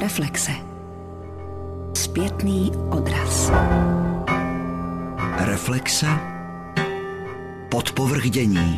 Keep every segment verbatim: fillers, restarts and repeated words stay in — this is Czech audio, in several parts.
Reflexe. Zpětný odraz. Reflexe. Podpovrchdění.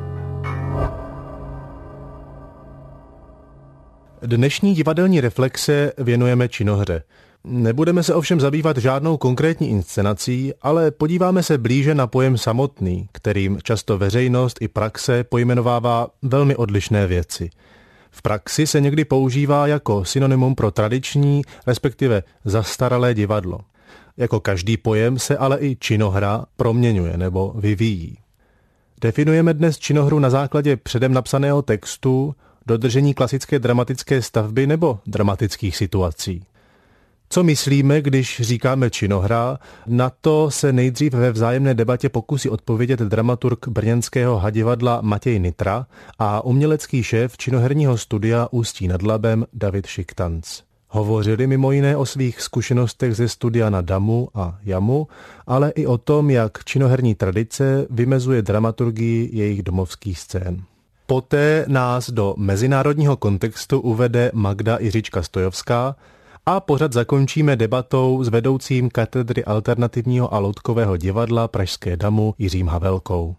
Dnešní divadelní reflexe věnujeme činohře. Nebudeme se ovšem zabývat žádnou konkrétní inscenací, ale podíváme se blíže na pojem samotný, kterým často veřejnost i praxe pojmenovává velmi odlišné věci. V praxi se někdy používá jako synonymum pro tradiční, respektive zastaralé divadlo. Jako každý pojem se ale i činohra proměňuje nebo vyvíjí. Definujeme dnes činohru na základě předem napsaného textu, dodržení klasické dramatické stavby nebo dramatických situací. Co myslíme, když říkáme činohra? Na to se nejdřív ve vzájemné debatě pokusí odpovědět dramaturg brněnského hadivadla Matěj Nitra a umělecký šéf činoherního studia Ústí nad Labem David Šiktanc. Hovořili mimo jiné o svých zkušenostech ze studia na Damu a Jamu, ale i o tom, jak činoherní tradice vymezuje dramaturgii jejich domovských scén. Poté nás do mezinárodního kontextu uvede Magda Jiřička Stojovská a pořad zakončíme debatou s vedoucím katedry alternativního a loutkového divadla Pražské Damu Jiřím Havelkou.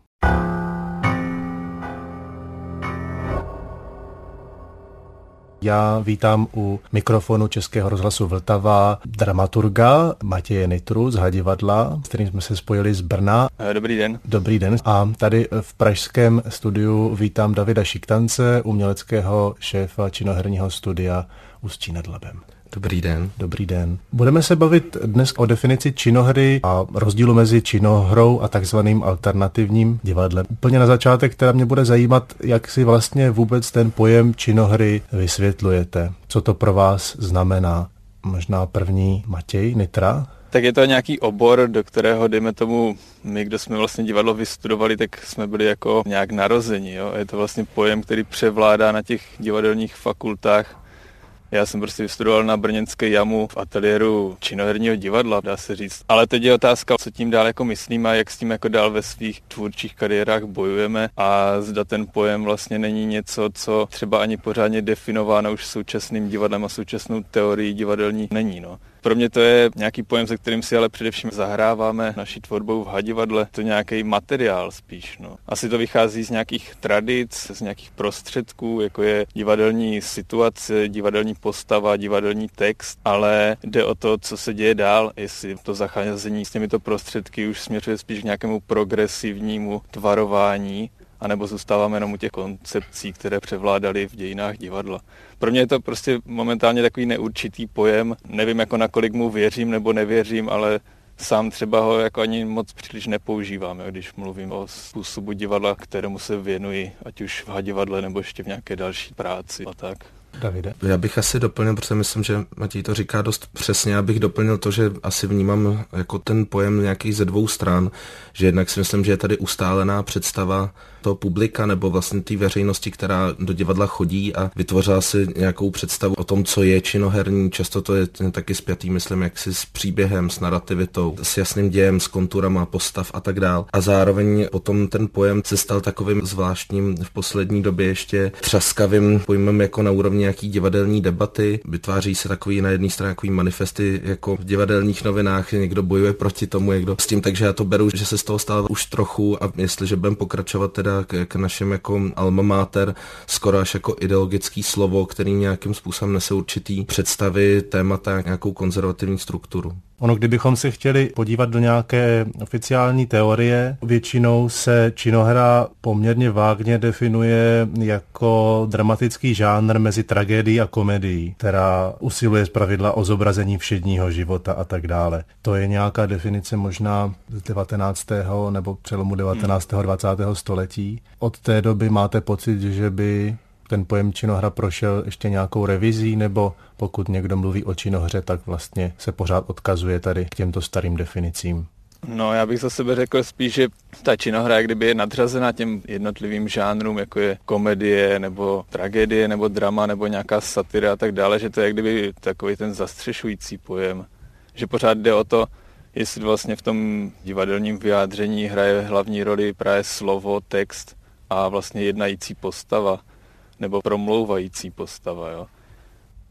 Já vítám u mikrofonu Českého rozhlasu Vltava dramaturga Matěje Nitru z hadivadla, s kterým jsme se spojili z Brna. Dobrý den. Dobrý den. A tady v pražském studiu vítám Davida Šiktance, uměleckého šéfa činoherního studia Ústí nad Labem. Dobrý den. Dobrý den. Budeme se bavit dnes o definici činohry a rozdílu mezi činohrou a takzvaným alternativním divadlem. Úplně na začátek teda mě bude zajímat, jak si vlastně vůbec ten pojem činohry vysvětlujete. Co to pro vás znamená? Možná první Matěj Nitra? Tak je to nějaký obor, do kterého, dejme tomu, my, kdo jsme vlastně divadlo vystudovali, tak jsme byli jako nějak narozeni. Jo? Je to vlastně pojem, který převládá na těch divadelních fakultách. Já jsem prostě vystudoval na brněnské Jamu v ateliéru činoherního divadla, dá se říct. Ale teď je otázka, co tím dál jako myslíme a jak s tím jako dál ve svých tvůrčích kariérách bojujeme a zda ten pojem vlastně není něco, co třeba ani pořádně definováno už současným divadlem a současnou teorií divadelní není. No. Pro mě to je nějaký pojem, se kterým si ale především zahráváme naší tvorbou v hadivadle. To je nějaký materiál spíš. No. Asi to vychází z nějakých tradic, z nějakých prostředků, jako je divadelní situace, divadelní postava, divadelní text, ale jde o to, co se děje dál, jestli to zacházení s těmito prostředky už směřuje spíš k nějakému progresivnímu tvarování, anebo zůstáváme jenom u těch koncepcí, které převládaly v dějinách divadla. Pro mě je to prostě momentálně takový neurčitý pojem, nevím, jako nakolik mu věřím nebo nevěřím, ale sám třeba ho jako ani moc příliš nepoužívám, když mluvím o způsobu divadla, kterému se věnuji, ať už v hadivadle nebo ještě v nějaké další práci a tak. Davide? Já bych asi doplnil, protože myslím, že Matěj to říká dost přesně, já bych doplnil to, že asi vnímám jako ten pojem nějaký ze dvou stran, že jednak si myslím, že je tady ustálená představa toho publika nebo vlastně té veřejnosti, která do divadla chodí a vytvořila si nějakou představu o tom, co je činoherní. Často to je taky spjatý, myslím, jaksi s příběhem, s narrativitou, s jasným dějem, s konturama postav a tak dál. A zároveň potom ten pojem se stal takovým zvláštním v poslední době ještě třaskavým pojmem jako na úrovni nějaký divadelní debaty. Vytváří se takový na jedné straně takový manifesty jako v divadelních novinách, někdo bojuje proti tomu, někdo s tím, takže já to beru, že se z toho stalo už trochu a jestliže budeme pokračovat teda K, k našem jako alma mater, skoro až jako ideologický slovo, který nějakým způsobem nese určitý představy, témata, nějakou konzervativní strukturu. Ono, kdybychom se chtěli podívat do nějaké oficiální teorie, většinou se činohra poměrně vágně definuje jako dramatický žánr mezi tragédií a komedií, která usiluje zpravidla o zobrazení všedního života a tak dále. To je nějaká definice možná z devatenáctého nebo přelomu devatenáctého a dvacátého století. Od té doby máte pocit, že by ten pojem činohra prošel ještě nějakou revizí, nebo pokud někdo mluví o činohře, tak vlastně se pořád odkazuje tady k těmto starým definicím? No, já bych za sebe řekl spíš, že ta činohra, kdyby je nadřazená těm jednotlivým žánrům, jako je komedie, nebo tragédie, nebo drama, nebo nějaká satyra a tak dále, že to je kdyby takový ten zastřešující pojem. Že pořád jde o to, jestli vlastně v tom divadelním vyjádření hraje hlavní roli právě slovo, text a vlastně jednající postava, nebo promlouvající postava, jo.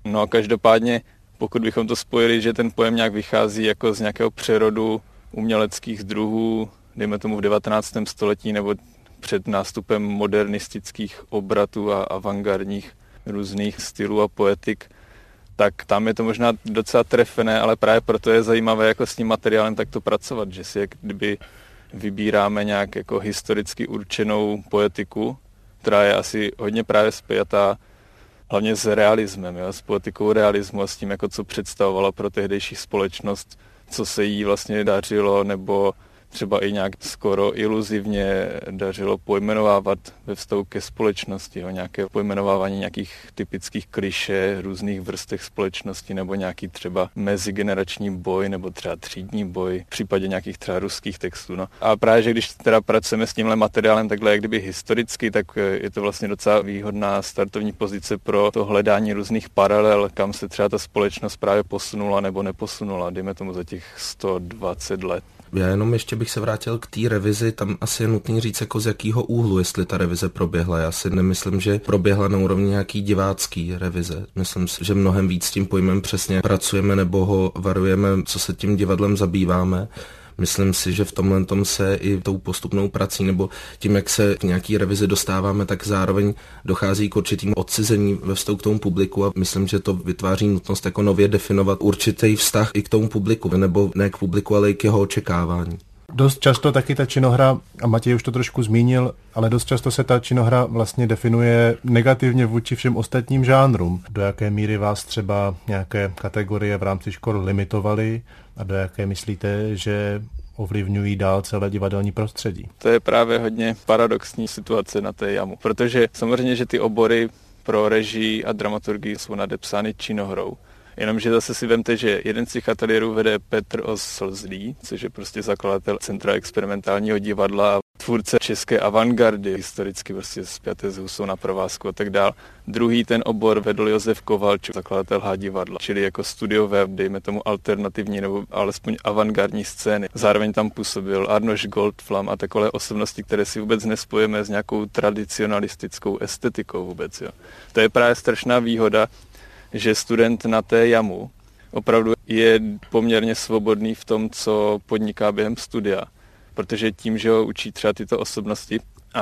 No a každopádně, pokud bychom to spojili, že ten pojem nějak vychází jako z nějakého přerodu uměleckých druhů, dejme tomu v devatenáctém století nebo před nástupem modernistických obratů a avantgardních různých stylů a poetik, tak tam je to možná docela trefené, ale právě proto je zajímavé jako s tím materiálem takto pracovat, že si jak kdyby vybíráme nějak jako historicky určenou poetiku, která je asi hodně právě spjatá hlavně s realismem, jo, s poetikou realismu a s tím, jako co představovala pro tehdejší společnost, co se jí vlastně dařilo, nebo třeba i nějak skoro iluzivně dařilo pojmenovávat ve vztahu ke společnosti, jo, nějaké pojmenovávání nějakých typických klišé, různých vrstev společnosti, nebo nějaký třeba mezigenerační boj, nebo třeba třídní boj, v případě nějakých třeba ruských textů. No. A právě, že když teda pracujeme s tímhle materiálem takhle jak kdyby historicky, tak je to vlastně docela výhodná startovní pozice pro to hledání různých paralel, kam se třeba ta společnost právě posunula nebo neposunula, dejme tomu za těch sto dvacet let. Já jenom ještě bych se vrátil k té revizi, tam asi je nutný říct, jako z jakého úhlu, jestli ta revize proběhla. Já si nemyslím, že proběhla na úrovni nějaký divácký revize. Myslím si, že mnohem víc s tím pojmem přesně pracujeme nebo ho varujeme, co se tím divadlem zabýváme. Myslím si, že v tomhle tom se i tou postupnou prací nebo tím, jak se k nějaký revizi dostáváme, tak zároveň dochází k určitým odcizení ve vztahu k tomu publiku a myslím, že to vytváří nutnost jako nově definovat určitý vztah i k tomu publiku, nebo ne k publiku, ale i k jeho očekávání. Dost často taky ta činohra, a Matěj už to trošku zmínil, ale dost často se ta činohra vlastně definuje negativně vůči všem ostatním žánrům. Do jaké míry vás třeba nějaké kategorie v rámci škol limitovaly a do jaké myslíte, že ovlivňují dál celé divadelní prostředí? To je právě hodně paradoxní situace na té jamu, protože samozřejmě, že ty obory pro režii a dramaturgii jsou nadepsány činohrou. Jenomže zase si vemte, že jeden z těch ateliérů vede Petr Oslzlý, což je prostě zakladatel Centra experimentálního divadla a tvůrce české avantgardy, historicky prostě spjaté s Husou na provázku a tak dál. Druhý ten obor vedl Josef Kovalčuk, zakladatel H divadla, čili jako studiové, dejme tomu alternativní nebo alespoň avantgardní scény. Zároveň tam působil Arnošt Goldflam a takové osobnosti, které si vůbec nespojíme s nějakou tradicionalistickou estetikou vůbec. Jo. To je právě strašná výhoda, že student na té jamu opravdu je poměrně svobodný v tom, co podniká během studia. Protože tím, že ho učí třeba tyto osobnosti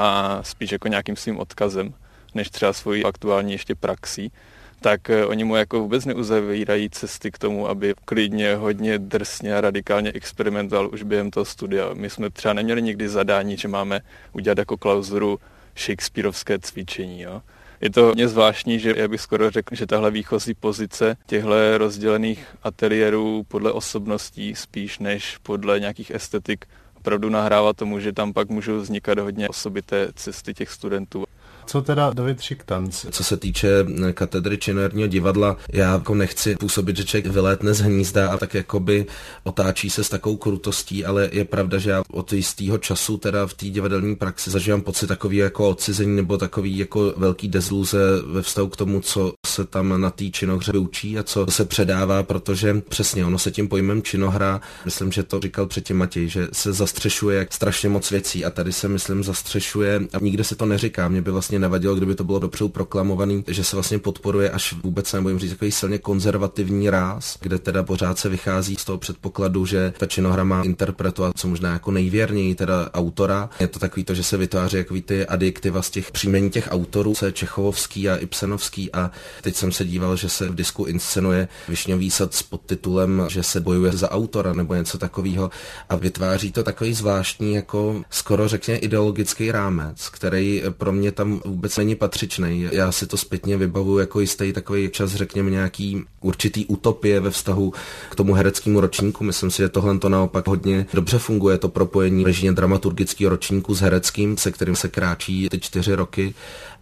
a spíš jako nějakým svým odkazem, než třeba svojí aktuální ještě praxí, tak oni mu jako vůbec neuzavírají cesty k tomu, aby klidně, hodně drsně a radikálně experimentoval už během toho studia. My jsme třeba neměli nikdy zadání, že máme udělat jako klauzuru shakespearovské cvičení, jo. Je to hodně zvláštní, že já bych skoro řekl, že tahle výchozí pozice těchto rozdělených ateliérů podle osobností spíš než podle nějakých estetik opravdu nahrává tomu, že tam pak můžou vznikat hodně osobité cesty těch studentů. Co teda David Šiktanc? Co se týče katedry činoherního divadla, já jako nechci působit, že člověk vylétne z hnízda a tak jakoby otáčí se s takovou krutostí, ale je pravda, že já od jistého času teda v té divadelní praxi zažívám pocit takový jako odcizení nebo takový jako velký dezluze ve vztahu k tomu, co se tam na té činohře učí a co se předává, protože přesně ono se tím pojmem činohra, myslím, že to říkal předtím Matěj, že se zastřešuje strašně moc věcí a tady se myslím zastřešuje a nikde se to neříká. Mě by vlastně nevadilo, kdyby to bylo dopředu proklamovaný, že se vlastně podporuje až vůbec nebudem říct takový silně konzervativní ráz, kde teda pořád se vychází z toho předpokladu, že ta činohra má interpretovat co možná jako nejvěrněji teda autora. Je to takový to, že se vytváří takový ty adjektiva z těch příjmení těch autorů, se Čechovský a Ibsenovský a teď jsem se díval, že se v disku inscenuje Višňový sad s podtitulem, že se bojuje za autora nebo něco takového a vytváří to takový zvláštní jako skoro řekněme ideologický rámec, který pro mě tam vůbec není patřičný. Já si to zpětně vybavuju jako jistý takový čas, řekněme, nějaký určitý utopie ve vztahu k tomu hereckému ročníku. Myslím si, že tohle to naopak hodně dobře funguje, to propojení režijně dramaturgického ročníku s hereckým, se kterým se kráčí ty čtyři roky.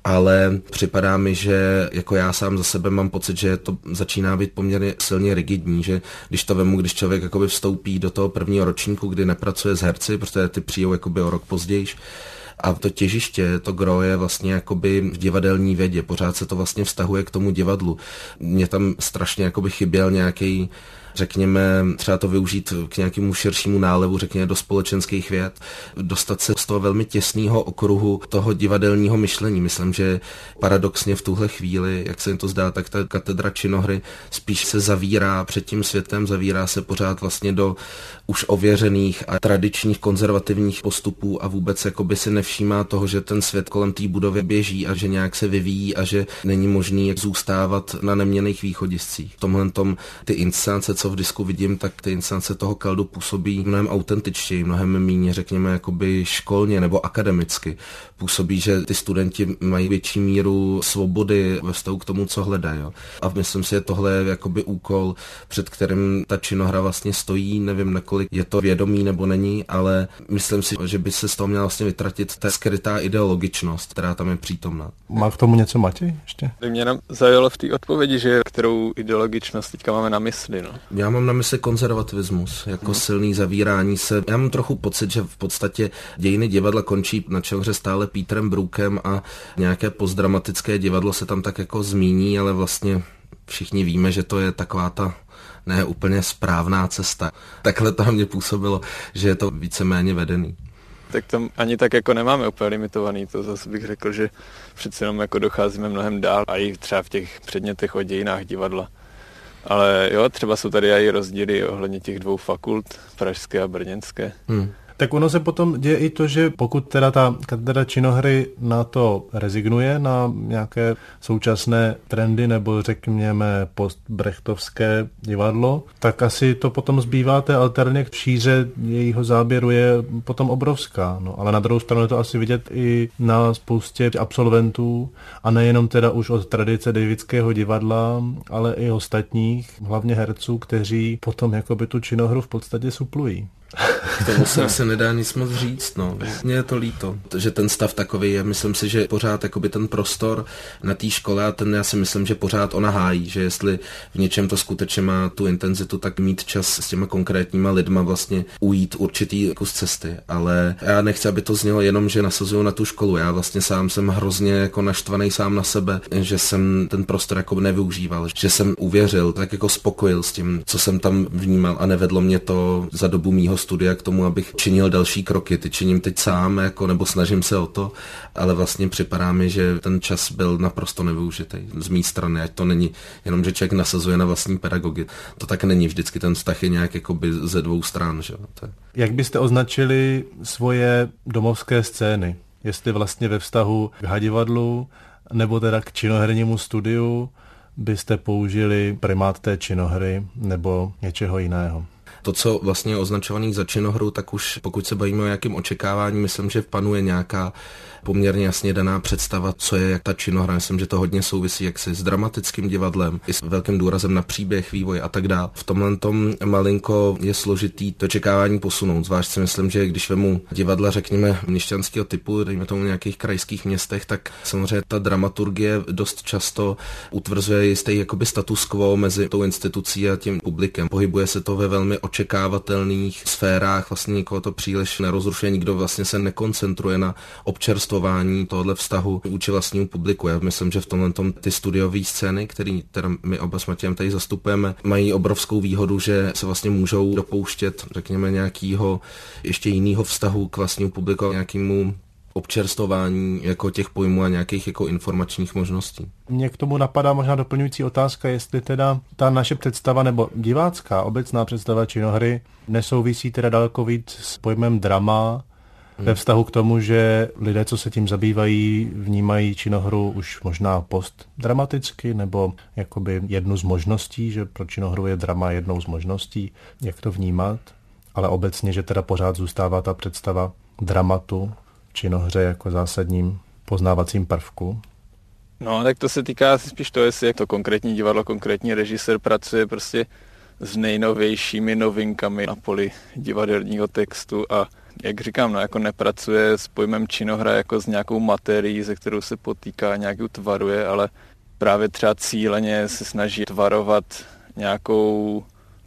Ale připadá mi, že jako já sám za sebe mám pocit, že to začíná být poměrně silně rigidní, že když to vemu, když člověk jakoby vstoupí do toho prvního ročníku, kdy nepracuje s herci, protože ty přijou jakoby o rok později, a to těžiště, to gro je vlastně jakoby v divadelní vědě, pořád se to vlastně vztahuje k tomu divadlu. Mně tam strašně jakoby chyběl nějaký řekněme, třeba to využít k nějakému širšímu nálevu, řekněme, do společenských věd, dostat se z toho velmi těsného okruhu toho divadelního myšlení. Myslím, že paradoxně v tuhle chvíli, jak se jim to zdá, tak ta katedra činohry spíš se zavírá před tím světem, zavírá se pořád vlastně do už ověřených a tradičních konzervativních postupů a vůbec jakoby si nevšímá toho, že ten svět kolem té budovy běží a že nějak se vyvíjí a že není možný zůstávat na neměnných východiscích. V tomhle tom ty inscenace, co v disku vidím, tak ty inscenace toho Kaldu působí mnohem autentičtěji, mnohem méně, řekněme, jakoby školně nebo akademicky. Působí, že ty studenti mají větší míru svobody ve vztahu k tomu, co hledají. Jo. A myslím si, že tohle je jakoby úkol, před kterým ta činohra vlastně stojí, nevím, nakolik je to vědomí nebo není, ale myslím si, že by se z toho měla vlastně vytratit ta skrytá ideologičnost, která tam je přítomná. Má k tomu něco Matěj ještě? By mě nám zajalo v té odpovědi, že kterou ideologičnost teďka máme na mysli. No. Já mám na mysli konzervativismus, jako hmm. silný zavírání se. Já mám trochu pocit, že v podstatě dějiny divadla končí na čelře stále Petrem Brookem a nějaké postdramatické divadlo se tam tak jako zmíní, ale vlastně všichni víme, že to je taková ta ne úplně správná cesta. Takhle to mě působilo, že je to víceméně vedený. Tak tam ani tak jako nemáme úplně limitovaný, to zase bych řekl, že přece jenom jako docházíme mnohem dál a i třeba v těch předmětech o dějinách divadla. Ale jo, třeba jsou tady i rozdíly ohledně těch dvou fakult, pražské a brněnské. Hmm. Tak ono se potom děje i to, že pokud teda ta katedra činohry na to rezignuje, na nějaké současné trendy nebo řekněme postbrechtovské divadlo, tak asi to potom zbývá té alternativě, šíře jejího záběru je potom obrovská. No, ale na druhou stranu je to asi vidět i na spoustě absolventů a nejenom teda už od tradice Davidského divadla, ale i ostatních, hlavně herců, kteří potom jakoby tu činohru v podstatě suplují. K tomu se, se nedá nic moc říct, no. Mně je to líto, že ten stav takový je. Myslím si, že pořád jakoby ten prostor na té škole a ten já si myslím, že pořád ona hájí, že jestli v něčem to skutečně má tu intenzitu, tak mít čas s těma konkrétníma lidma vlastně ujít určitý kus cesty. Ale já nechci, aby to znělo jenom, že nasazuju na tu školu. Já vlastně sám jsem hrozně jako naštvaný sám na sebe, že jsem ten prostor jako nevyužíval, že jsem uvěřil, tak jako spokojil s tím, co jsem tam vnímal a nevedlo mě to za dobu mýho studia k tomu, abych činil další kroky. Ty činím teď sám, jako, nebo snažím se o to, ale vlastně připadá mi, že ten čas byl naprosto nevyužitý z mé strany, ať to není jenom, že člověk nasazuje na vlastní pedagogy. To tak není, vždycky ten vztah je nějak jakoby ze dvou stran. Že? To je... Jak byste označili svoje domovské scény? Jestli vlastně ve vztahu k hadivadlu nebo teda k činohernímu studiu byste použili primát té činohry nebo něčeho jiného? To, co vlastně je označovaný za činohru, tak už pokud se bavíme o nějakém očekávání, myslím, že panuje nějaká poměrně jasně daná představa, co je jak ta činohra. Myslím, že to hodně souvisí jaksi s dramatickým divadlem, i s velkým důrazem na příběh, vývoj a tak dále. V tomhle tom malinko je složitý to očekávání posunout. Zvlášť si myslím, že když vemu divadla, řekněme, měšťanského typu, dejme tomu v nějakých krajských městech, tak samozřejmě ta dramaturgie dost často utvrzuje jistý jakoby status quo mezi tou institucí a tím publikem. Pohybuje se to ve velmi očekávatelných sférách, vlastně nikoho to příliš nerozrušuje, nikdo vlastně se nekoncentruje na občerstvování tohohle vztahu vůči vlastnímu publiku. Já myslím, že v tomhle tom ty studiové scény, které teda my oba s Matějem tady zastupujeme, mají obrovskou výhodu, že se vlastně můžou dopouštět, řekněme, nějakého ještě jiného vztahu k vlastnímu publiku, nějakému občerstvování jako těch pojmů a nějakých jako informačních možností. Mně k tomu napadá možná doplňující otázka, jestli teda ta naše představa nebo divácká obecná představa činohry nesouvisí teda daleko víc s pojmem drama hmm. ve vztahu k tomu, že lidé, co se tím zabývají, vnímají činohru už možná postdramaticky nebo jakoby jednu z možností, že pro činohru je drama jednou z možností, jak to vnímat, ale obecně, že teda pořád zůstává ta představa dramatu činohře jako zásadním poznávacím prvku. No, tak to se týká asi spíš toho, jestli jak to konkrétní divadlo, konkrétní režisér pracuje prostě s nejnovějšími novinkami na poli divadelního textu a jak říkám, no, jako nepracuje s pojmem činohra jako s nějakou materií, ze kterou se potýká, nějak ji tvaruje, ale právě třeba cíleně se snaží tvarovat nějakou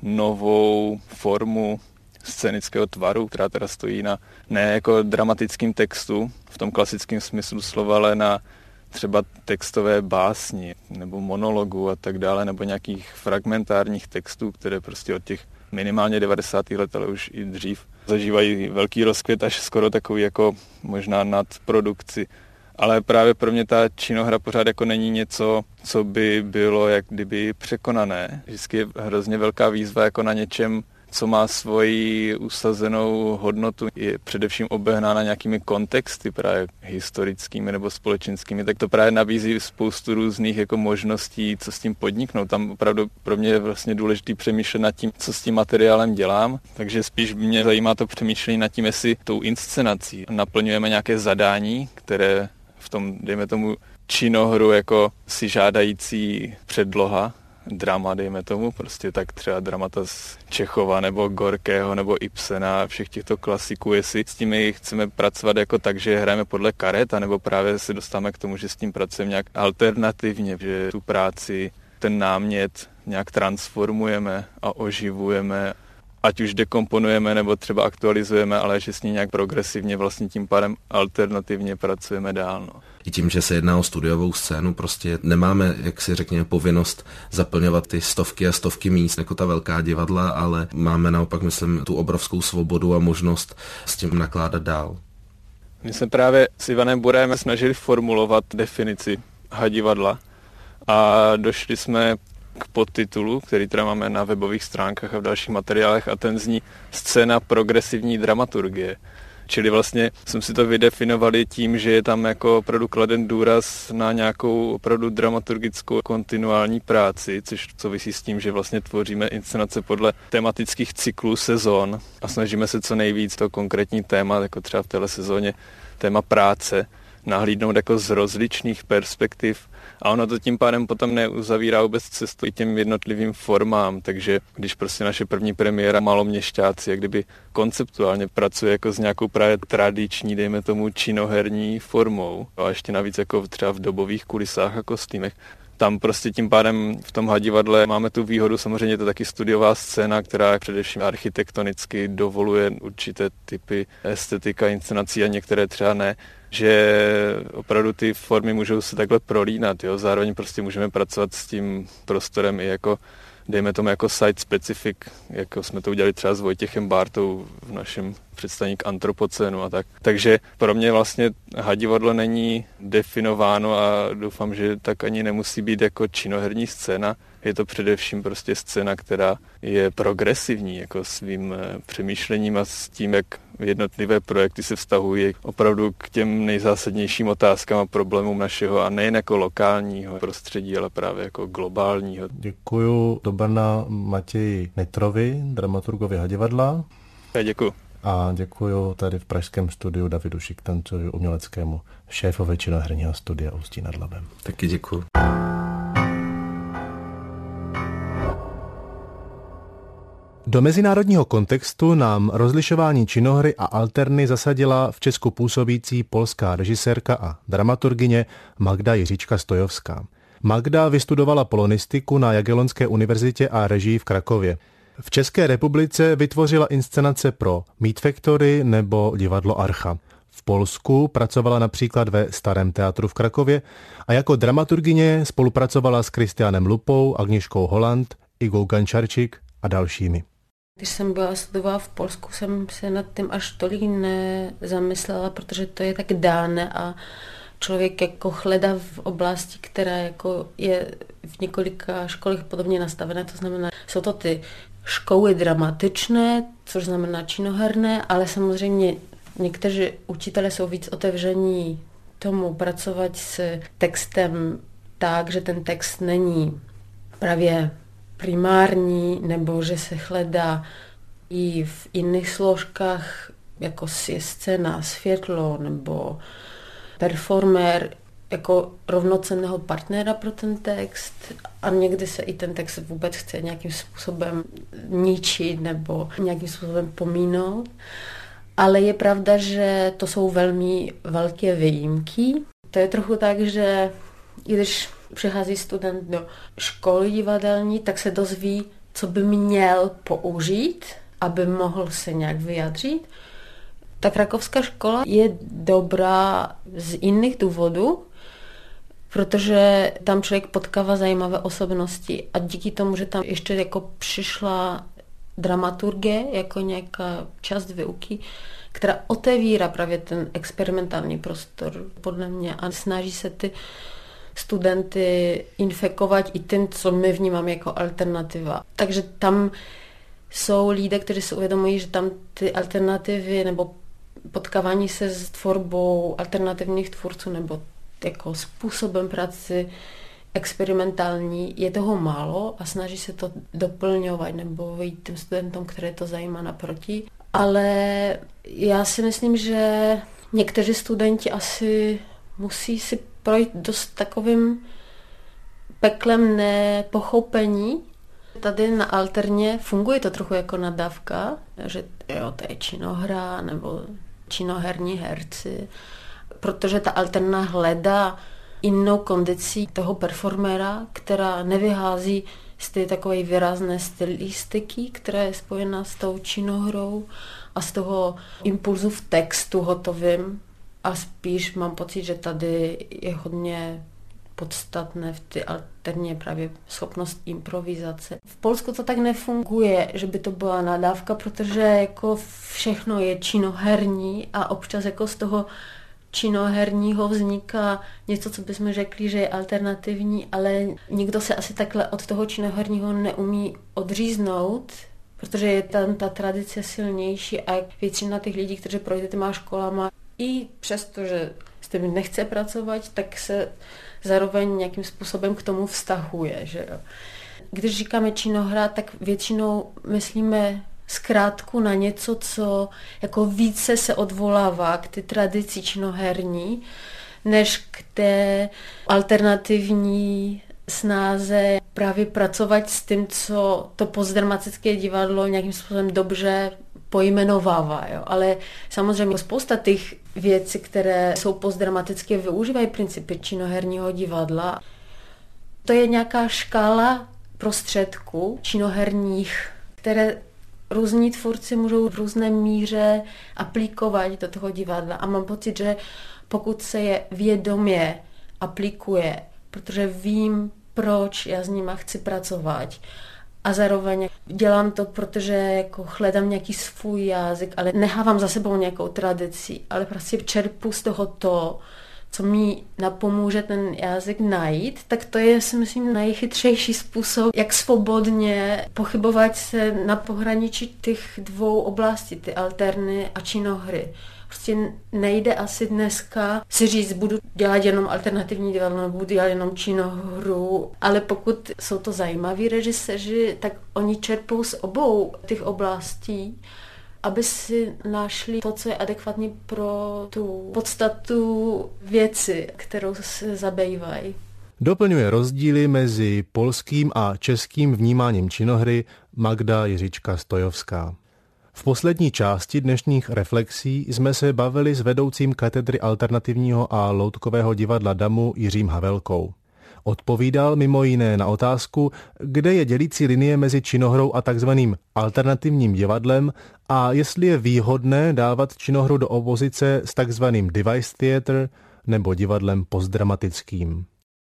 novou formu scénického tvaru, která teda stojí na ne jako dramatickém textu v tom klasickém smyslu slova, ale na třeba textové básni nebo monologu a tak dále, nebo nějakých fragmentárních textů, které prostě od těch minimálně devadesátých let, ale už i dřív zažívají velký rozkvět, až skoro takový jako možná nadprodukci. Ale právě pro mě ta činohra pořád jako není něco, co by bylo jak kdyby překonané. Vždycky je hrozně velká výzva jako na něčem, co má svoji usazenou hodnotu, je především obehnána nějakými kontexty právě historickými nebo společenskými, tak to právě nabízí spoustu různých jako možností, co s tím podniknout. Tam opravdu pro mě je vlastně důležitý přemýšlet nad tím, co s tím materiálem dělám, takže spíš mě zajímá to přemýšlení nad tím, jestli tou inscenací naplňujeme nějaké zadání, které v tom, dejme tomu, činohru jako si žádající předloha, drama, dejme tomu, prostě tak třeba dramata z Čechova nebo Gorkého nebo Ibsena, všech těchto klasiků, jestli s tím chceme pracovat jako tak, že hrajeme podle karet, nebo právě se dostáváme k tomu, že s tím pracujeme nějak alternativně, že tu práci, ten námět nějak transformujeme a oživujeme, ať už dekomponujeme nebo třeba aktualizujeme, ale že s ní nějak progresivně vlastně tím pádem alternativně pracujeme dál. No. I tím, že se jedná o studiovou scénu, prostě nemáme, jak si řekněme, povinnost zaplňovat ty stovky a stovky míst jako ta velká divadla, ale máme naopak, myslím, tu obrovskou svobodu a možnost s tím nakládat dál. My jsme právě s Ivanem Burajem snažili formulovat definici hadivadla a došli jsme k podtitulu, který teda máme na webových stránkách a v dalších materiálech, a ten zní Scéna progresivní dramaturgie. Čili vlastně jsme si to vydefinovali tím, že je tam jako opravdu kladen důraz na nějakou opravdu dramaturgickou kontinuální práci, což souvisí s tím, že vlastně tvoříme inscenace podle tematických cyklů sezon a snažíme se co nejvíc to konkrétní téma, jako třeba v téhle sezóně téma práce, nahlídnout jako z rozličných perspektiv. A ono to tím pádem potom neuzavírá vůbec cestu i těm jednotlivým formám, takže když prostě naše první premiéra Maloměšťáci, jak kdyby konceptuálně pracuje jako s nějakou právě tradiční, dejme tomu, činoherní formou a ještě navíc jako třeba v dobových kulisách a kostýmech, tam prostě tím pádem v tom hadivadle máme tu výhodu, samozřejmě je to taky studiová scéna, která především architektonicky dovoluje určité typy estetika, inscenací a některé třeba ne, že opravdu ty formy můžou se takhle prolínat, jo? Zároveň prostě můžeme pracovat s tím prostorem i jako, dejme tomu jako site specific, jako jsme to udělali třeba s Vojtěchem Bártou v našem představení k antropocénu a tak. Takže pro mě vlastně hadivadlo není definováno a doufám, že tak ani nemusí být jako činoherní scéna. Je to především prostě scéna, která je progresivní jako svým přemýšlením a s tím, jak jednotlivé projekty se vztahují opravdu k těm nejzásadnějším otázkám a problémům našeho a nejen jako lokálního prostředí, ale právě jako globálního. Děkuju do Brna Matěji Nitrovi, dramaturgovi hadivadla. Já děkuju. A děkuju tady v pražském studiu Davidu Šiktancovi, uměleckému šéfovi činoherního studia Ústí nad Labem. Taky děkuju. Do mezinárodního kontextu nám rozlišování činohry a alterny zasadila v Česku působící polská režisérka a dramaturgyně Magda Jiříčka-Stojovská. Magda vystudovala polonistiku na Jagellonské univerzitě a režii v Krakově. V České republice vytvořila inscenace pro Meat Factory nebo divadlo Archa. V Polsku pracovala například ve Starém teatru v Krakově a jako dramaturgyně spolupracovala s Kristianem Lupou, Agnieszkou Holland, Igou Gančarčík a dalšími. Když jsem byla studovala v Polsku, jsem se nad tím až tolik nezamyslela, protože to je tak dáne a člověk jako hledá v oblasti, která jako je v několika školách podobně nastavená, to znamená, jsou to ty škoły dramatyczne, což znamená činoherné, ale samozřejmě někteří učitelé jsou víc otevření tomu pracovat s textem tak, že ten text není právě primární, nebo že se hledá i v jiných složkách, jako je scéna, světlo nebo performer, jako rovnocenného partnera pro ten text a někdy se i ten text vůbec chce nějakým způsobem ničit nebo nějakým způsobem pomínout. Ale je pravda, že to jsou velmi velké výjimky. To je trochu tak, že i když přichází student do školy divadelní, tak se dozví, co by měl použít, aby mohl se nějak vyjádřit. Ta krakovská škola je dobrá z jiných důvodů. protože tam člověk potkává zajímavé osobnosti a díky tomu, že tam ještě jako přišla dramaturgie jako nějaká část výuky, která otevírá právě ten experimentální prostor podle mě a snaží se ty studenty infekovat i tím, co my vnímáme jako alternativa. Takže tam jsou lidé, kteří si uvědomují, že tam ty alternativy nebo potkávání se s tvorbou alternativních tvůrců nebo jako způsobem práce experimentální je toho málo a snaží se to doplňovat nebo vyjít těm studentům, které to zajímá naproti. Ale já si myslím, že někteří studenti asi musí si projít dost takovým peklem nepochopení. Tady na Alterně funguje to trochu jako nadávka, že jo, to je činohra nebo činoherní herci, protože ta Alterna hledá jinou kondici toho performera, která nevyhází z té takové výrazné stylistiky, která je spojená s tou činohrou a z toho impulzu v textu hotovým. A spíš mám pocit, že tady je hodně podstatné v té Alterně právě schopnost improvizace. V Polsku to tak nefunguje, že by to byla nadávka, protože jako všechno je činoherní a občas jako z toho činoherního vzniká něco, co bychom řekli, že je alternativní, ale nikdo se asi takhle od toho činoherního neumí odříznout, protože je tam ta tradice silnější a většina těch lidí, kteří projde těma školama, i přesto, že s tím nechce pracovat, tak se zároveň nějakým způsobem k tomu vztahuje. Že jo. Když říkáme činohra, tak většinou myslíme zkrátku na něco, co jako více se odvolává k té tradici činoherní, než k té alternativní snáze právě pracovat s tím, co to postdramatické divadlo nějakým způsobem dobře pojmenovává. Jo. Ale samozřejmě spousta těch věcí, které jsou postdramatické, využívají principy činoherního divadla. To je nějaká škála prostředků činoherních, které různí tvůrci můžou v různé míře aplikovat do toho divadla. A mám pocit, že pokud se je vědomě aplikuje, protože vím, proč já s nima chci pracovat, a zároveň dělám to, protože jako hledám nějaký svůj jazyk, ale nechávám za sebou nějakou tradici, ale prostě čerpu z toho to, co mi napomůže ten jazyk najít, tak to je, si myslím, nejchytřejší způsob, jak svobodně pochybovat se na pohraničí těch dvou oblastí, ty alterny a činohry. Prostě nejde asi dneska si říct, budu dělat jenom alternativní divadlo, budu dělat jenom činohru, ale pokud jsou to zajímaví režiséři, tak oni čerpou z obou těch oblastí, aby si našli to, co je adekvátní pro tu podstatu věci, kterou se zabývají. Doplňuje rozdíly mezi polským a českým vnímáním činohry Magda Jiřička-Stojovská. V poslední části dnešních reflexí jsme se bavili s vedoucím katedry alternativního a loutkového divadla Damu Jiřím Havelkou. Odpovídal mimo jiné na otázku, kde je dělící linie mezi činohrou a takzvaným alternativním divadlem a jestli je výhodné dávat činohru do opozice s takzvaným device theater nebo divadlem postdramatickým.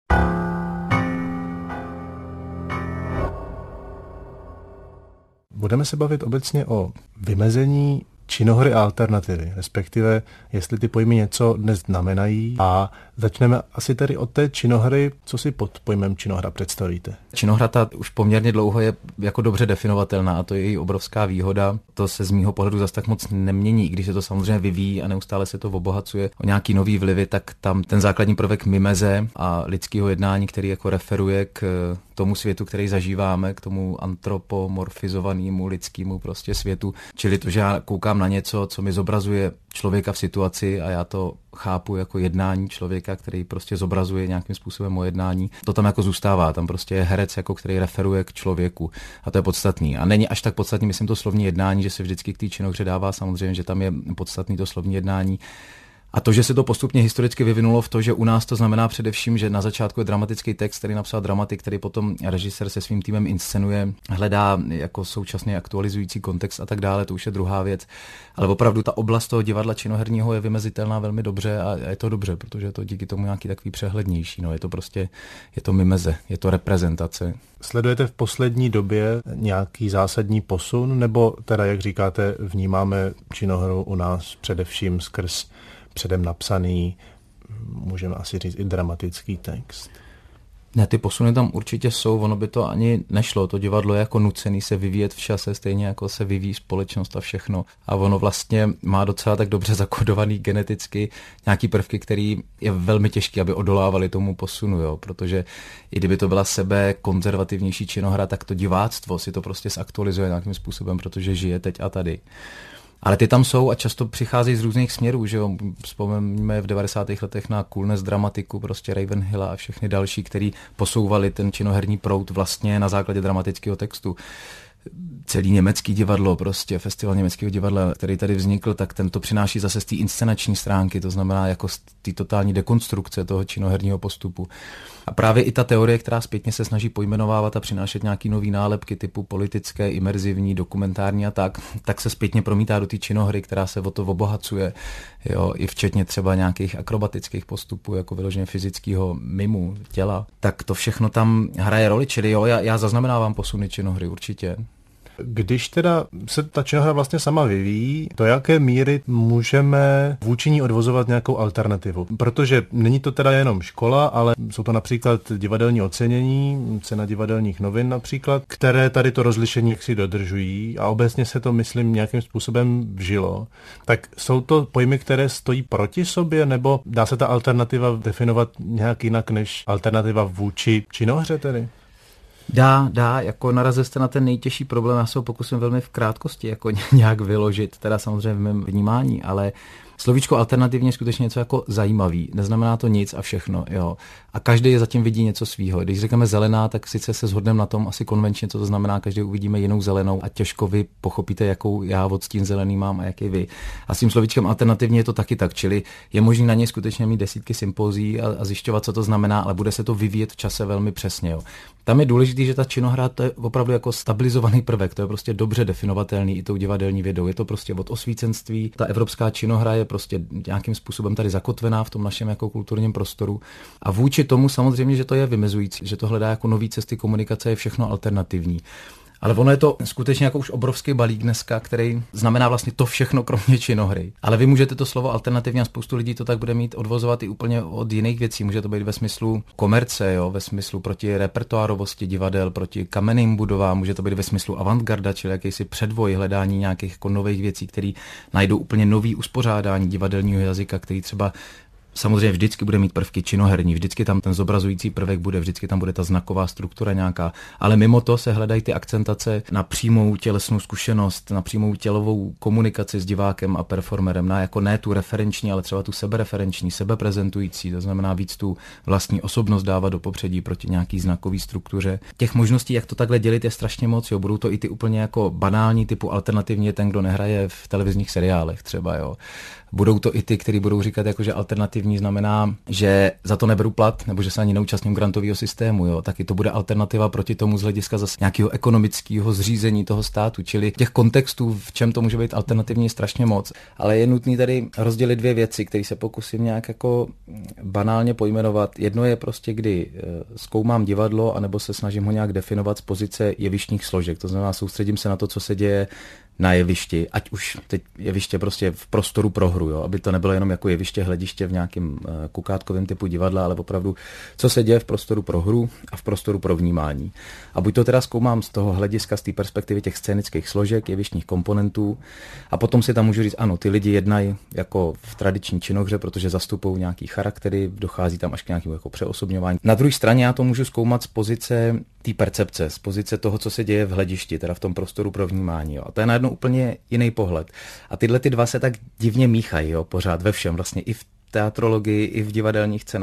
Budeme se bavit obecně o vymezení činohry a alternativy, respektive jestli ty pojmy něco dnes znamenají, a začneme asi tedy od té činohry. Co si pod pojmem činohra představíte? Činohra ta už poměrně dlouho je jako dobře definovatelná a to je její obrovská výhoda. To se z mýho pohledu zase tak moc nemění, i když se to samozřejmě vyvíjí a neustále se to obohacuje o nějaký nový vlivy, tak tam ten základní prvek mimeze a lidského jednání, který jako referuje k tomu světu, který zažíváme, k tomu antropomorfizovanému lidskému prostě světu, čili to, že já koukám na něco, co mi zobrazuje člověka v situaci a já to chápu jako jednání člověka, který prostě zobrazuje nějakým způsobem moje jednání. To tam jako zůstává, tam prostě je herec, jako který referuje k člověku a to je podstatný. A není až tak podstatný, myslím, to slovní jednání, že se vždycky k té činohře dává, samozřejmě, že tam je podstatný to slovní jednání, A to, že se to postupně historicky vyvinulo v to, že u nás to znamená především, že na začátku je dramatický text, který napsal dramatik, který potom režisér se svým týmem inscenuje, hledá jako současně aktualizující kontext a tak dále, to už je druhá věc. Ale opravdu ta oblast toho divadla činoherního je vymezitelná velmi dobře a je to dobře, protože je to díky tomu nějaký takový přehlednější. No, je to prostě, je to mimeze, je to reprezentace. Sledujete v poslední době nějaký zásadní posun, nebo teda, jak říkáte, vnímáme činohru u nás především skrz předem napsaný, můžeme asi říct i dramatický text? Ne, ty posuny tam určitě jsou, ono by to ani nešlo, to divadlo je jako nucený se vyvíjet v čase, stejně jako se vyvíjí společnost a všechno. A ono vlastně má docela tak dobře zakodovaný geneticky nějaký prvky, který je velmi těžký, aby odolávali tomu posunu, jo? Protože i kdyby to byla sebe konzervativnější činohra, tak to diváctvo si to prostě zaktualizuje nějakým způsobem, protože žije teď a tady. Ale ty tam jsou a často přicházejí z různých směrů, že jo. Vzpomeňme v devadesátých letech na Coolness dramatiku, prostě Ravenhilla a všechny další, který posouvali ten činoherní proud vlastně na základě dramatického textu. Celý německý divadlo, prostě festival německého divadla, který tady vznikl, tak ten to přináší zase z té inscenační stránky, to znamená jako z té totální dekonstrukce toho činoherního postupu. A právě i ta teorie, která zpětně se snaží pojmenovávat a přinášet nějaký nový nálepky typu politické, imerzivní, dokumentární a tak, tak se zpětně promítá do té činohry, která se o to obohacuje, jo, i včetně třeba nějakých akrobatických postupů, jako vyloženě fyzického mimu těla. Tak to všechno tam hraje roli, čili jo, já, já zaznamenávám posuny činohry určitě. Když teda se ta činohra vlastně sama vyvíjí, do jaké míry můžeme vůči ní odvozovat nějakou alternativu? Protože není to teda jenom škola, ale jsou to například divadelní ocenění, cena divadelních novin například, které tady to rozlišení jaksi dodržují a obecně se to, myslím, nějakým způsobem vžilo. Tak jsou to pojmy, které stojí proti sobě, nebo dá se ta alternativa definovat nějak jinak než alternativa vůči činohře tedy? Dá, dá, jako narazil jste na ten nejtěžší problém, já se ho pokusím velmi v krátkosti jako nějak vyložit, teda samozřejmě v mém vnímání, ale slovíčko alternativně je skutečně něco jako zajímavý, neznamená to nic a všechno, jo. A každý je zatím vidí něco svýho. Když řekneme zelená, tak sice se shodneme na tom asi konvenčně, co to znamená, každý uvidíme jinou zelenou a těžko vy pochopíte, jakou já odstín zelený mám a jaký vy. A s tím slovíčkem alternativně je to taky tak, čili je možné na něj skutečně mít desítky sympozí a, a zjišťovat, co to znamená, ale bude se to vyvíjet v čase velmi přesně, jo. Tam je důležité, že ta činohra to je opravdu jako stabilizovaný prvek, to je prostě dobře definovatelný i tou divadelní vědou. Je to prostě od osvícenství. Ta evropská činohra je prostě nějakým způsobem tady zakotvená v tom našem jako kulturním prostoru. A vůči tomu samozřejmě, že to je vymezující, že to hledá jako nový cesty komunikace, je všechno alternativní. Ale ono je to skutečně jako už obrovský balík dneska, který znamená vlastně to všechno kromě činohry. Ale vy můžete to slovo alternativně a spoustu lidí to tak bude mít odvozovat i úplně od jiných věcí. Může to být ve smyslu komerce, jo, ve smyslu proti repertoárovosti divadel, proti kamenným budovám, může to být ve smyslu avantgarda, čili jakýsi předvoj, hledání nějakých jako nových věcí, které najdou úplně nový uspořádání divadelního jazyka, který třeba samozřejmě vždycky bude mít prvky činoherní, vždycky tam ten zobrazující prvek bude, vždycky tam bude ta znaková struktura nějaká, ale mimo to se hledají ty akcentace na přímou tělesnou zkušenost, na přímou tělovou komunikaci s divákem a performerem, na jako ne tu referenční, ale třeba tu sebereferenční, sebeprezentující, to znamená víc tu vlastní osobnost dávat do popředí proti nějaký znakový struktuře. Těch možností, jak to takhle dělit, je strašně moc, jo. Budou to i ty úplně jako banální typu alternativně ten, kdo nehraje v televizních seriálech třeba, jo. Budou to i ty, kteří budou říkat, jako, že alternativní znamená, že za to neberu plat, nebo že se ani neúčastním grantového systému. Jo. Taky to bude alternativa proti tomu z hlediska zase nějakého ekonomického zřízení toho státu. Čili těch kontextů, v čem to může být alternativní, strašně moc. Ale je nutné tady rozdělit dvě věci, které se pokusím nějak jako banálně pojmenovat. Jedno je prostě, kdy zkoumám divadlo, anebo se snažím ho nějak definovat z pozice jevištních složek. To znamená, soustředím se na to, co se děje na jevišti, ať už teď jeviště prostě v prostoru pro hru, jo, aby to nebylo jenom jako jeviště, hlediště v nějakém uh, kukátkovém typu divadla, ale opravdu, co se děje v prostoru pro hru a v prostoru pro vnímání. A buď to teda zkoumám z toho hlediska, z té perspektivy těch scénických složek, jevištních komponentů, a potom si tam můžu říct, ano, ty lidi jednají jako v tradiční činohře, protože zastupují nějaký charaktery, dochází tam až k nějakému jako přeosobňování. Na druhé straně já to můžu zkoumat z pozice té percepce, z pozice toho, co se děje v hledišti, teda v tom prostoru pro vnímání. Jo. A to je najednou úplně jiný pohled. A tyhle ty dva se tak divně míchají, jo, pořád ve všem, vlastně i v teatrologii, i v divadelních cenách.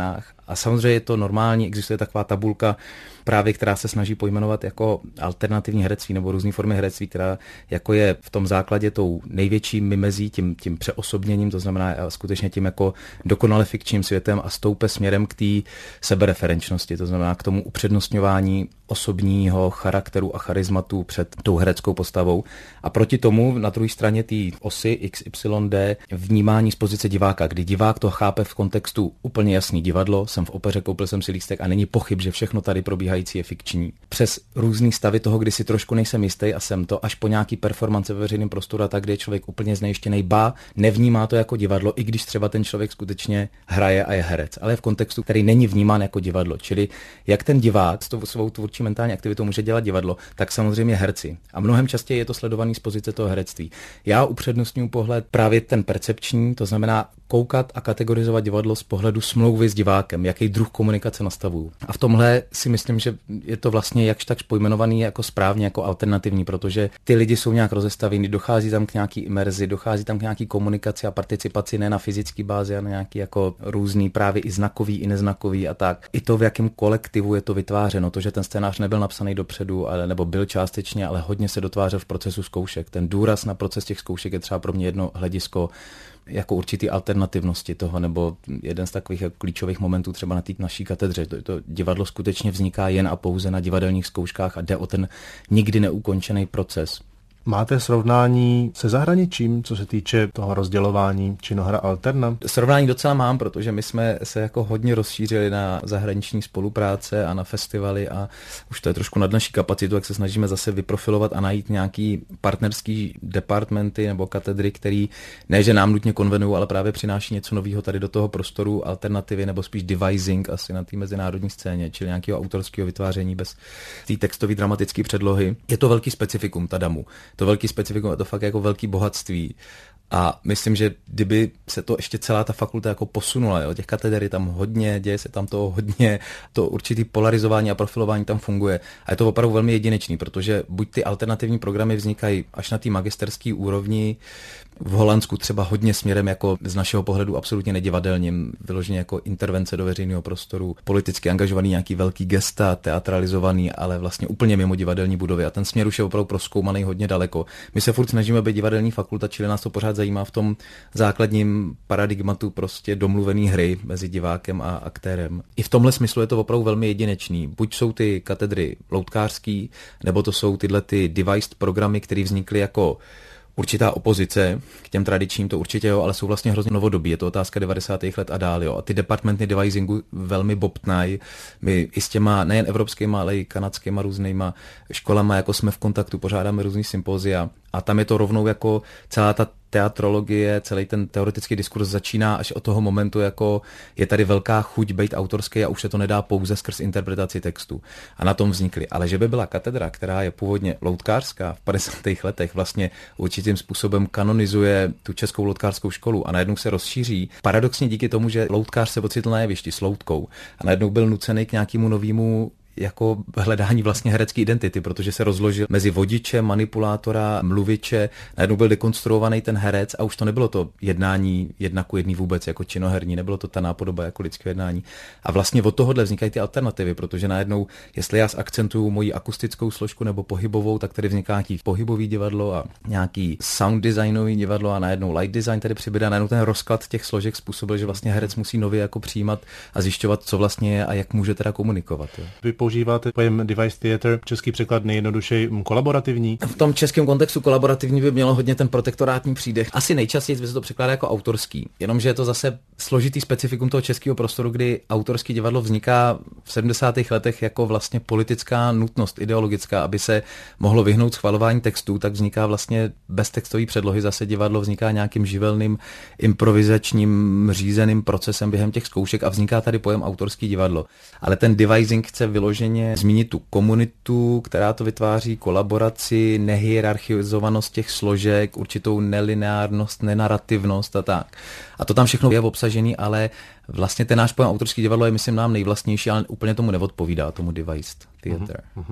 A samozřejmě je to normální, existuje taková tabulka, právě která se snaží pojmenovat jako alternativní herectví nebo různé formy herectví, která jako je v tom základě tou největší mimezí, tím, tím přeosobněním, to znamená skutečně tím jako dokonale fikčním světem a stoupe směrem k té sebereferenčnosti, to znamená k tomu upřednostňování osobního charakteru a charizmatu před tou hereckou postavou. A proti tomu na druhé straně té osy X Y D vnímání z pozice diváka, kdy divák to chápe v kontextu úplně jasný divadlo, jsem v opeře, koupil jsem si lístek a není pochyb, že všechno tady probíhající je fikční. Přes různý stavy toho, kdy si trošku nejsem jistý a jsem to, až po nějaký performance ve veřejném prostoru a tak, kde je člověk úplně znejištěný, ba nevnímá to jako divadlo, i když třeba ten člověk skutečně hraje a je herec, ale v kontextu, který není vnímán jako divadlo. Čili jak ten divák s tou svou tvůrčí mentální aktivitou může dělat divadlo, tak samozřejmě herci. A mnohem častěji je to sledovaný z pozice toho herectví. Já upřednostňuji pohled právě ten percepční, to znamená koukat a kategorizovat divadlo z pohledu smlouvy s divákem, jaký druh komunikace nastavuju. A v tomhle si myslím, že je to vlastně jakž tak pojmenovaný jako správně, jako alternativní, protože ty lidi jsou nějak rozestavěni, dochází tam k nějaký imerzi, dochází tam k nějaký komunikaci a participaci ne na fyzické bázi, ale na nějaký jako různý právě i znakový, i neznakový a tak. I to, v jakém kolektivu je to vytvářeno, to, že ten scénář nebyl napsaný dopředu, ale nebo byl částečně, ale hodně se dotvářel v procesu zkoušek. Ten důraz na proces těch zkoušek je třeba pro mě jedno hledisko jako určitý alternativnosti toho, nebo jeden z takových klíčových momentů třeba na té naší katedře. To, to divadlo skutečně vzniká jen a pouze na divadelních zkouškách a jde o ten nikdy neukončený proces. Máte srovnání se zahraničím, co se týče toho rozdělování činohra alterna? Srovnání docela mám, protože my jsme se jako hodně rozšířili na zahraniční spolupráce a na festivaly a už to je trošku nad naší kapacitu, jak se snažíme zase vyprofilovat a najít nějaký partnerský departmenty nebo katedry, který ne, že nám nutně konvenují, ale právě přináší něco nového tady do toho prostoru, alternativy nebo spíš devising asi na té mezinárodní scéně, čili nějakého autorského vytváření bez té textové dramatické předlohy. Je to velký specifikum, ta damu. To velký specifikum a to fakt jako velký bohatství. A myslím, že kdyby se to ještě celá ta fakulta jako posunula, jo, těch kateder je tam hodně, děje se tam toho hodně, to určitý polarizování a profilování tam funguje. A je to opravdu velmi jedinečný, protože buď ty alternativní programy vznikají až na té magisterské úrovni, v Holandsku třeba hodně směrem jako z našeho pohledu absolutně nedivadelním, vyloženě jako intervence do veřejného prostoru, politicky angažovaný nějaký velký gesta, teatralizovaný, ale vlastně úplně mimo divadelní budovy a ten směr už je opravdu prozkoumaný hodně daleko. My se furt snažíme být divadelní fakulta, čili nás to pořád zajímá v tom základním paradigmatu prostě domluvený hry mezi divákem a aktérem. I v tomhle smyslu je to opravdu velmi jedinečný. Buď jsou ty katedry loutkářský, nebo to jsou tyhle ty devised programy, které vznikly jako určitá opozice k těm tradičním, to určitě jo, ale jsou vlastně hrozně novodobí, je to otázka devadesátých let a dál, jo. A ty departmenty devisingu velmi bobtnají. My i s těma nejen evropskýma, ale i kanadskýma různýma školama, jako jsme v kontaktu, pořádáme různý sympozia a tam je to rovnou jako celá ta teatrologie, celý ten teoretický diskurs začíná až od toho momentu, jako je tady velká chuť být autorský a už se to nedá pouze skrz interpretaci textu. A na tom vznikly. Ale že by byla katedra, která je původně loutkářská v padesátých letech, vlastně určitým způsobem kanonizuje tu českou loutkářskou školu a najednou se rozšíří. Paradoxně díky tomu, že loutkář se ocitl na jevišti s loutkou a najednou byl nucený k nějakému novému jako hledání vlastně herecké identity, protože se rozložil mezi vodiče, manipulátora, mluviče, najednou byl dekonstruovaný ten herec a už to nebylo to jednání jedna ku jedný vůbec jako činoherní, nebylo to ta nápodoba jako lidské jednání. A vlastně od tohohle vznikají ty alternativy, protože najednou, jestli já zakcentuju moji akustickou složku nebo pohybovou, tak tady vzniká nějaký pohybový divadlo a nějaký sound designový divadlo a najednou light design tady přibyde a najednou ten rozklad těch složek způsobil, že vlastně herec musí nově jako přijímat a zjišťovat, co vlastně je a jak může teda komunikovat. Jo. Používáte pojem device theater, český překlad nejjednodušeji kolaborativní? V tom českém kontextu kolaborativní by mělo hodně ten protektorátní přídech. Asi nejčastěji by se to překládá jako autorský, jenomže je to zase složitý specifikum toho českého prostoru, kdy autorský divadlo vzniká v sedmdesátých letech jako vlastně politická nutnost ideologická, aby se mohlo vyhnout schvalování textů, tak vzniká vlastně bez textové předlohy zase divadlo vzniká nějakým živelným improvizačním řízeným procesem během těch zkoušek a vzniká tady pojem autorský divadlo. Ale ten devising chce vyložit zmínit tu komunitu, která to vytváří, kolaboraci, nehierarchizovanost těch složek, určitou nelineárnost, nenarativnost a tak. A to tam všechno je obsažený, ale vlastně ten náš pojem autorský divadlo je, myslím, nám nejvlastnější, ale úplně tomu neodpovídá, tomu devised theater. Uh-huh.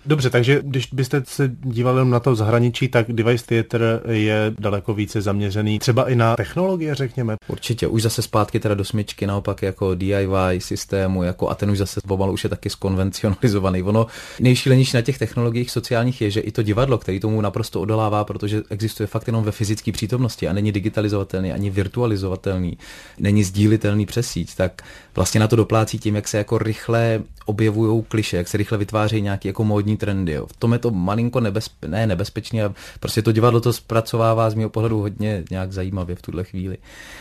Dobře, takže když byste se dívali na to v zahraničí, tak Device Theater je daleko více zaměřený třeba i na technologie, řekněme. Určitě, už zase zpátky teda do smyčky, naopak jako D I Y systému, jako a ten už zase pomalu už je taky skonvencionalizovaný. Ono nejšílenější na těch technologiích sociálních je, že i to divadlo, který tomu naprosto odolává, protože existuje fakt jenom ve fyzické přítomnosti a není digitalizovatelný ani virtualizovatelný, není sdílitelný přes síť, tak vlastně na to doplácí tím, jak se jako rychle objevují kliše, jak se rychle vytvářejí nějaké jako módní trendy. Jo. V tom je to malinko nebezpe- ne, nebezpečné a prostě to divadlo to zpracovává z mého pohledu hodně nějak zajímavě v tuhle chvíli.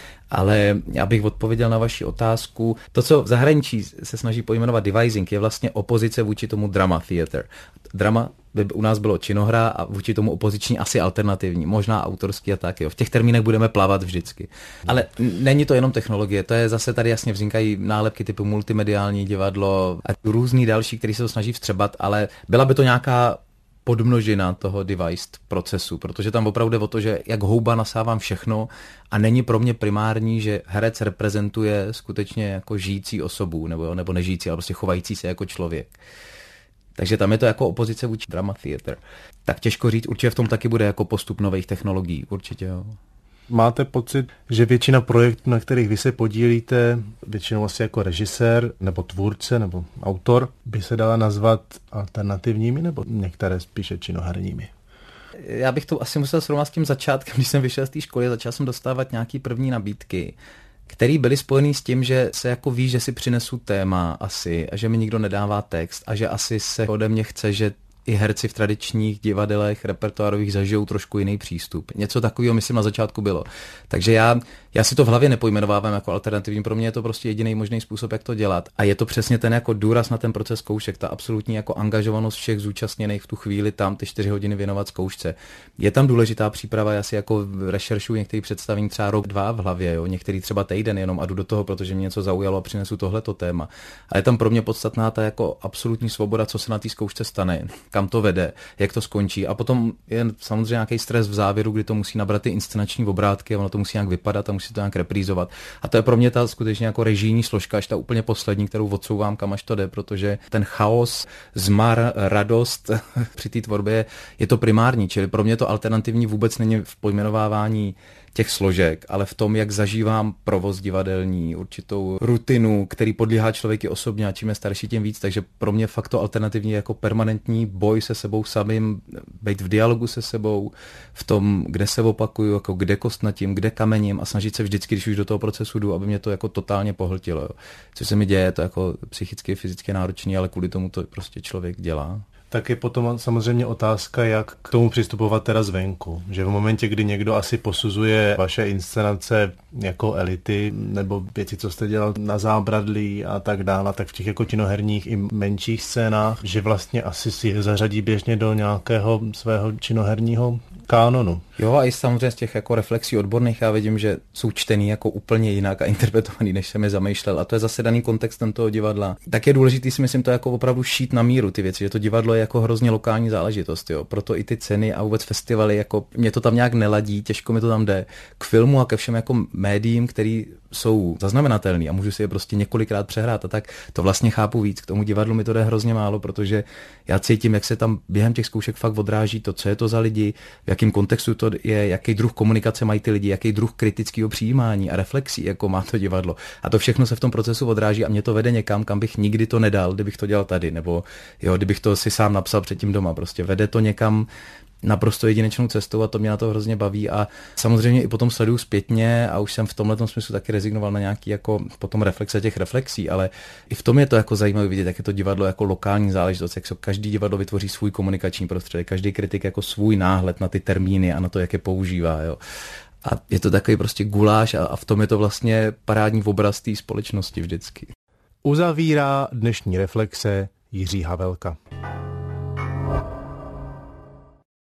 Ale já bych odpověděl na vaši otázku. To, co v zahraničí se snaží pojmenovat devising, je vlastně opozice vůči tomu drama theater. Drama by u nás bylo činohra a vůči tomu opoziční asi alternativní, možná autorský a tak. Jo. V těch termínech budeme plavat vždycky. Ale není to jenom technologie, to je zase tady jasně vznikají nálepky typu multimediální divadlo a různý další, který se to snaží vstřebat, ale byla by to nějaká podmnožina toho devised procesu, protože tam opravdu jde o to, že jak houba nasávám všechno a není pro mě primární, že herec reprezentuje skutečně jako žijící osobu, nebo, nebo nežijící, ale prostě chovající se jako člověk. Takže tam je to jako opozice vůči drama theater. Tak těžko říct, určitě v tom taky bude jako postup nových technologií, určitě jo. Máte pocit, že většina projektů, na kterých vy se podílíte, většinou asi jako režisér nebo tvůrce nebo autor, by se dala nazvat alternativními nebo některé spíše činoherními? Já bych to asi musel srovnat s tím začátkem, když jsem vyšel z té školy, začal jsem dostávat nějaký první nabídky, který byly spojený s tím, že se jako ví, že si přinesu téma asi a že mi nikdo nedává text a že asi se ode mě chce, že i herci v tradičních divadelech repertoárových zažijou trošku jiný přístup. Něco takového, myslím, na začátku bylo. Takže já, já si to v hlavě nepojmenovávám jako alternativní, pro mě je to prostě jediný možný způsob, jak to dělat. A je to přesně ten jako důraz na ten proces zkoušek, ta absolutní jako angažovanost všech zúčastněných v tu chvíli tam ty čtyři hodiny věnovat zkoušce. Je tam důležitá příprava, já si jako rešeršuji některé představení třeba rok, dva v hlavě, jo, některý třeba týden jenom a jdu do toho, protože mě něco zaujalo a přinesu tohleto téma. A je tam pro mě podstatná ta jako absolutní svoboda, co se na té zkoušce stane, kam to vede, jak to skončí. A potom je samozřejmě nějaký stres v závěru, kdy to musí nabrat ty inscenační obrátky a ono to musí nějak vypadat a musí to nějak reprízovat. A to je pro mě ta skutečně jako režijní složka, až ta úplně poslední, kterou odsouvám, kam až to jde, protože ten chaos, zmar, radost při té tvorbě je to primární, čili pro mě to alternativní vůbec není v pojmenovávání těch složek, ale v tom, jak zažívám provoz divadelní, určitou rutinu, který podléhá člověku osobně a čím je starší, tím víc. Takže pro mě fakt to alternativní jako permanentní boj se sebou samým, být v dialogu se sebou, v tom, kde se opakuju, jako kde kostnatím, kde kamením a snažit se vždycky, když už do toho procesu jdu, aby mě to jako totálně pohltilo. Jo. Co se mi děje, je to jako psychicky, fyzicky náročný, ale kvůli tomu to prostě člověk dělá. Tak je potom samozřejmě otázka, jak k tomu přistupovat teda zvenku. Že v momentě, kdy někdo asi posuzuje vaše inscenace jako elity nebo věci, co jste dělal na Zábradlí a tak dále, tak v těch jako činoherních i menších scénách, že vlastně asi si je zařadí běžně do nějakého svého činoherního kánonu. Jo, a i samozřejmě z těch jako reflexí odborných já vidím, že jsou čtený jako úplně jinak a interpretovaný, než jsem je zamýšlel. A to je zase daný kontextem toho divadla. Tak je důležitý si myslím to jako opravdu šít na míru ty věci, že to divadlo je jako hrozně lokální záležitost, jo. Proto i ty ceny a vůbec festivaly, jako mě to tam nějak neladí, těžko mi to tam jde. K filmu a ke všem jako médiím, který jsou zaznamenatelný a můžu si je prostě několikrát přehrát a tak to vlastně chápu víc. K tomu divadlu mi to jde hrozně málo, protože já cítím, jak se tam během těch zkoušek fakt odráží to, co je to za lidi, v jakém kontextu to je, jaký druh komunikace mají ty lidi, jaký druh kritického přijímání a reflexí, jako má to divadlo. A to všechno se v tom procesu odráží a mě to vede někam, kam bych nikdy to nedal, kdybych to dělal tady, nebo jo, kdybych to si sám napsal předtím doma. Prostě vede to někam naprosto jedinečnou cestou a to mě na to hrozně baví a samozřejmě i potom sleduju zpětně a už jsem v tomhletom smyslu taky rezignoval na nějaký jako potom reflexe těch reflexí, ale i v tom je to jako zajímavé vidět, jak je to divadlo jako lokální záležitost, jak se každý divadlo vytvoří svůj komunikační prostředek, každý kritik jako svůj náhled na ty termíny a na to, jak je používá, jo. A je to takový prostě guláš a, a v tom je to vlastně parádní obraz té společnosti vždycky. Uzavírá dnešní reflexe Jiří Havelka.